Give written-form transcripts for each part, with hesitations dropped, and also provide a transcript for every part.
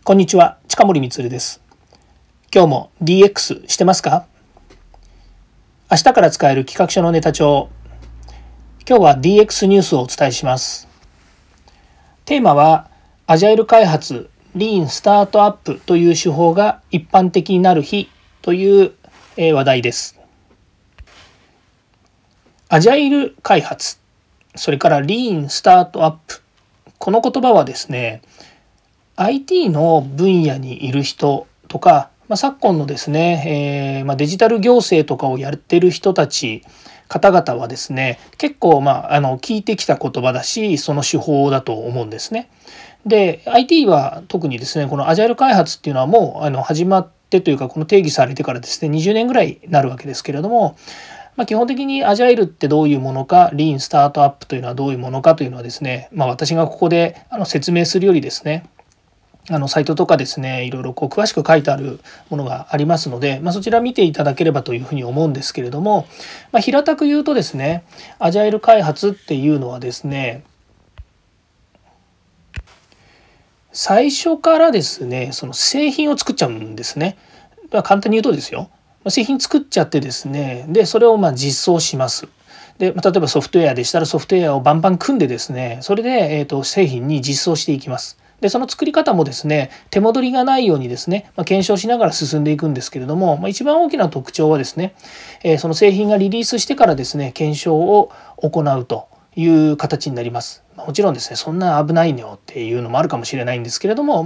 こんにちは、近森光です。今日も DX してますか？明日から使える企画書のネタ帳。今日は DX ニュースをお伝えします。テーマは、アジャイル開発、リーンスタートアップという手法が一般的になる日という話題です。アジャイル開発、それからリーンスタートアップ。この言葉はですね、IT の分野にいる人とか、昨今のですね、デジタル行政とかをやってる人たち方々はですね、結構聞いてきた言葉だし、その手法だと思うんですね。で IT は特にですね、このアジャイル開発っていうのはもう始まってというか、この定義されてからですね20年ぐらいになるわけですけれども、基本的にアジャイルってどういうものか、リーンスタートアップというのはどういうものかというのはですね、私がここで説明するよりですね、サイトとかですね、いろいろ詳しく書いてあるものがありますので、そちら見ていただければというふうに思うんですけれども、平たく言うとですね、アジャイル開発っていうのはですね、最初からですね、その製品を作っちゃうんですね。簡単に言うとですよ、製品作っちゃってですね、でそれを実装します。で例えばソフトウェアでしたらソフトウェアをバンバン組んでですね、それで製品に実装していきます。でその作り方もですね、手戻りがないようにですね、検証しながら進んでいくんですけれども、一番大きな特徴はですね、その製品がリリースしてからですね、検証を行うという形になります。もちろんですね、そんな危ないのよっていうのもあるかもしれないんですけれども、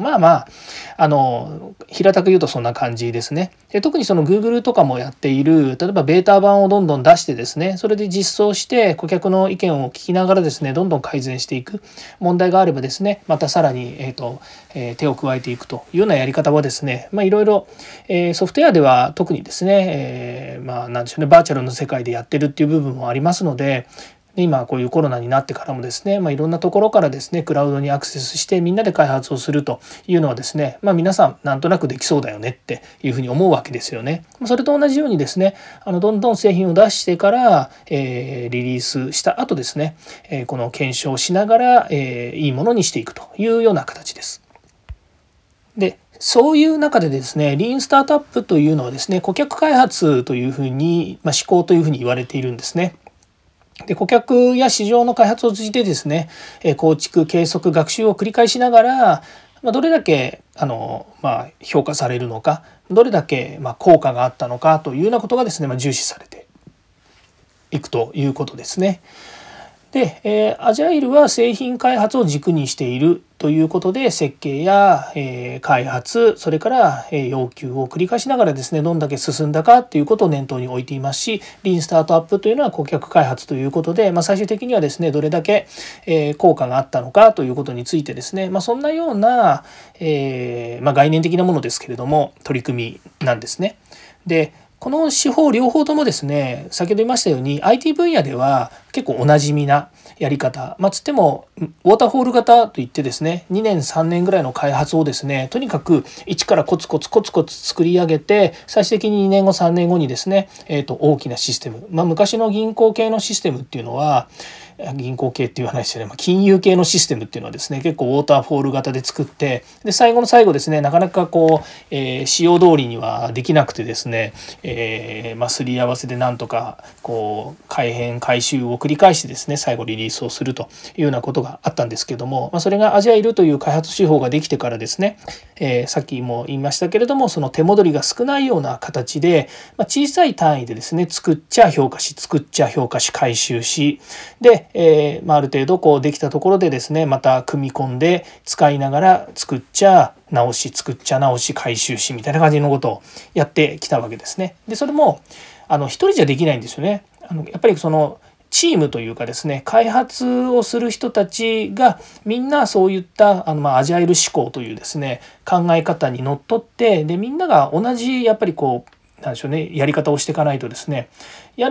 平たく言うとそんな感じですね。で特にその Google とかもやっている、例えばベータ版をどんどん出してですね、それで実装して顧客の意見を聞きながらですね、どんどん改善していく。問題があればですね、またさらに、手を加えていくというようなやり方はですね、いろいろ、ソフトウェアでは特にですね、なんでしょうね、バーチャルの世界でやってるっていう部分もありますので、今こういうコロナになってからもですね、いろんなところからですねクラウドにアクセスしてみんなで開発をするというのはですね、皆さんなんとなくできそうだよねっていうふうに思うわけですよね。それと同じようにですね、どんどん製品を出してから、リリースした後ですね、この検証しながら、いいものにしていくというような形です。でそういう中でですね、リーンスタートアップというのはですね、顧客開発というふうに、思考というふうに言われているんですね。で顧客や市場の開発を通じてですね、構築計測学習を繰り返しながら、どれだけ評価されるのか、どれだけ効果があったのかというようなことがですね、重視されていくということですね。で、アジャイルは製品開発を軸にしているということで、設計や、開発、それから、要求を繰り返しながらですね、どんだけ進んだかということを念頭に置いていますし、リーンスタートアップというのは顧客開発ということで、最終的にはですね、どれだけ、効果があったのかということについてですね、そんなような、概念的なものですけれども、取り組みなんですね。でこの手法両方ともですね、先ほど言いましたように IT 分野では結構おなじみなやり方、つってもウォーターフォール型といってですね、2年3年ぐらいの開発をですね、とにかく一からコツコツ作り上げて、最終的に2年後3年後にですね、大きなシステム、昔の銀行系のシステムっていうのは、銀行系って言わないですよね、金融系のシステムっていうのはですね、結構ウォーターフォール型で作って、で最後の最後ですね、なかなか仕様通りにはできなくてですね、すり合わせでなんとか改変改修を繰り返してですね、最後リリースをするというようなことがあったんですけども、それがアジャイルという開発手法ができてからですね、さっきも言いましたけれども、その手戻りが少ないような形で、小さい単位でですね、作っちゃ評価し回収し、で、ある程度できたところでですね、また組み込んで使いながら作っちゃ直し回収しみたいな感じのことをやってきたわけですね。でそれも一人じゃできないんですよね。やっぱりそのチームというかですね、開発をする人たちがみんなそういったアジャイル思考というですね考え方にのっとって、でみんなが同じやっぱりなんでしょうね、やり方をしていかないとですね、こ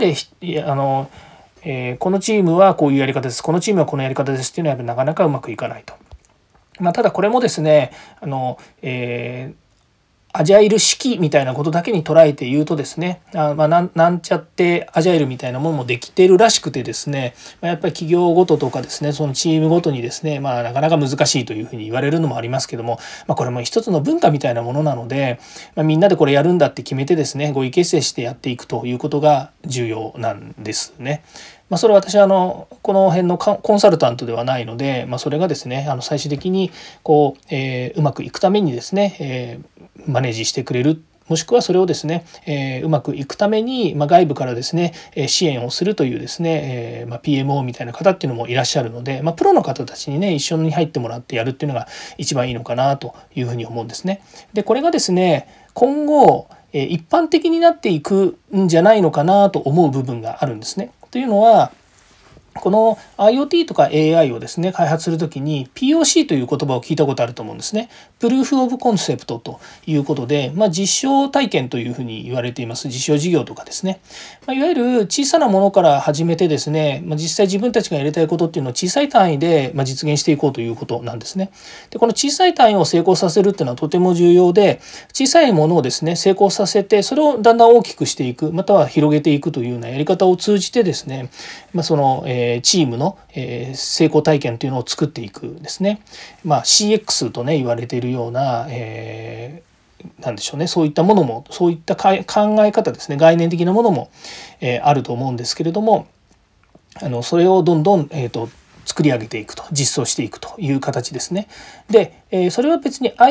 のチームはこういうやり方です、このチームはこのやり方ですっていうのはやっぱなかなかうまくいかないと。ただこれもですね、 アジャイル式みたいなことだけに捉えて言うとですね、なんちゃってアジャイルみたいなものもできているらしくてですね、やっぱり企業ごととかですね、そのチームごとにですね、なかなか難しいというふうに言われるのもありますけども、これも一つの文化みたいなものなので、みんなでこれやるんだって決めてですね、合意形成してやっていくということが重要なんですね。それは私はこの辺のコンサルタントではないので、それがですね最終的にうまくいくためにですね、マネージしてくれる、もしくはそれをですね、うまくいくために、外部からですね支援をするというですね、PMO みたいな方っていうのもいらっしゃるので、プロの方たちにね一緒に入ってもらってやるっていうのが一番いいのかなというふうに思うんですね。でこれがですね今後一般的になっていくんじゃないのかなと思う部分があるんですね。というのはこの IoT とか AI をですね開発するときに POC という言葉を聞いたことあると思うんですね。プルーフ・オブ・コンセプトということで、実証体験というふうに言われています実証事業とかですね、いわゆる小さなものから始めてですね、実際自分たちがやりたいことっていうのを小さい単位で実現していこうということなんですね。でこの小さい単位を成功させるっていうのはとても重要で、小さいものをですね成功させてそれをだんだん大きくしていく、または広げていくというようなやり方を通じてですね、そのチームの成功体験というのを作っていくですね。CX とね言われているような、なんでしょうね、そういったものもそういった考え方ですね、概念的なものもあると思うんですけれども、それをどんどん作り上げていくと、実装していくという形ですね。でそれは別に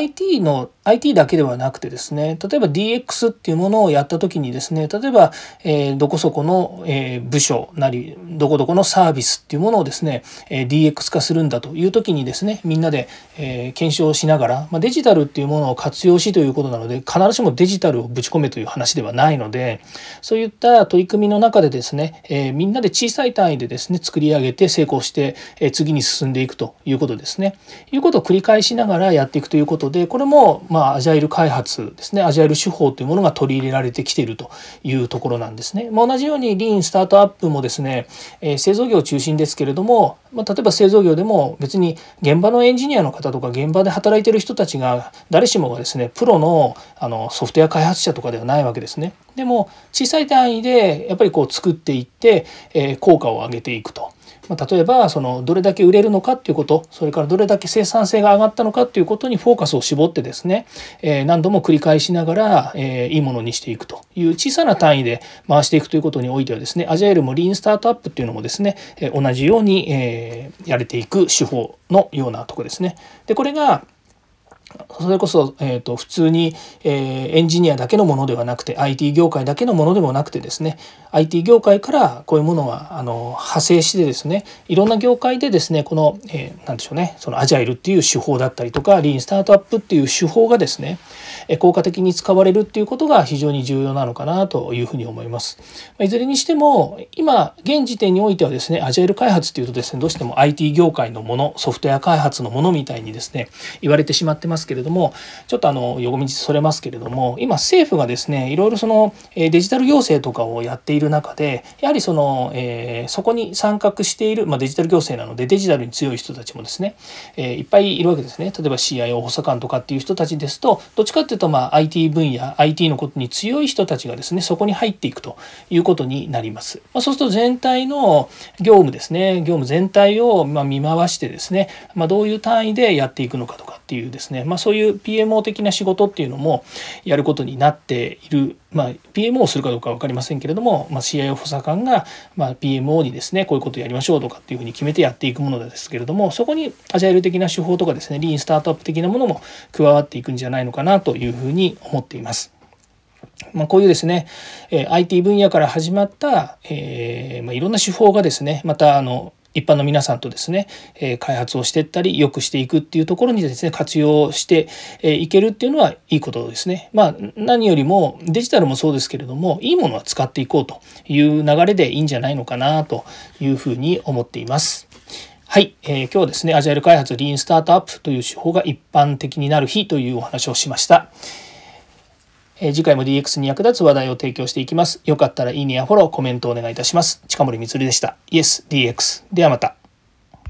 IT だけではなくてですね、例えば DX っていうものをやった時にですね、例えばどこそこの部署なりどこどこのサービスっていうものをですね DX 化するんだという時にですね、みんなで検証しながら、デジタルっていうものを活用しということなので、必ずしもデジタルをぶち込めという話ではないので、そういった取り組みの中でですね、みんなで小さい単位でですね作り上げて成功して次に進んでいくということですね。いうことを繰り返しながらやっていくということで、これもアジャイル開発ですね、アジャイル手法というものが取り入れられてきているというところなんですね。同じようにリーンスタートアップもですね、製造業中心ですけれども、例えば製造業でも別に現場のエンジニアの方とか現場で働いている人たちが誰しもがですねプロのソフトウェア開発者とかではないわけですね。でも小さい単位でやっぱり作っていって効果を上げていくと。例えばどれだけ売れるのかっていうこと、それからどれだけ生産性が上がったのかっていうことにフォーカスを絞ってですね、何度も繰り返しながらいいものにしていくという小さな単位で回していくということにおいてはですね、アジャイルもリーンスタートアップっていうのもですね同じようにやれていく手法のようなところですね。でこれがそれこそ、普通に、エンジニアだけのものではなくて IT 業界だけのものでもなくてですね、 IT 業界からこういうものは派生してですね、いろんな業界でですねこの、なんでしょうね、そのアジャイルっていう手法だったりとかリーンスタートアップっていう手法がですね効果的に使われるっていうことが非常に重要なのかなというふうに思います。いずれにしても今現時点においてはですね、アジャイル開発っていうとですねどうしても IT 業界のもの、ソフトウェア開発のものみたいにですね言われてしまってますけれども、ちょっと横道それますけれども、今政府がですねいろいろそのデジタル行政とかをやっている中で、やはりそこに参画している、デジタル行政なのでデジタルに強い人たちもですね、いっぱいいるわけですね。例えば CIO 補佐官とかっていう人たちですと、どっちかっていうとIT 分野 IT のことに強い人たちがですねそこに入っていくということになります。そうすると全体の業務ですね、業務全体を見回してですね、どういう単位でやっていくのかとかっていうですね、そういう PMO 的な仕事っていうのもやることになっている。PMO をするかどうかは分かりませんけれども、CIO 補佐官がPMO にですねこういうことをやりましょうとかっていうふうに決めてやっていくものですけれども、そこにアジャイル的な手法とかですね、リーンスタートアップ的なものも加わっていくんじゃないのかなというふうに思っています。こういうですね IT 分野から始まった、いろんな手法がですねまた一般の皆さんとですね開発をしていったり良くしていくっていうところにですね活用していけるっていうのはいいことですね。何よりもデジタルもそうですけれども、いいものは使っていこうという流れでいいんじゃないのかなというふうに思っています。はい、今日はですねアジャイル開発リーンスタートアップという手法が一般的になる日というお話をしました。次回も DX に役立つ話題を提供していきます。よかったらいいねやフォロー、コメントをお願いいたします。近森光でした。Yes, DX。ではまた。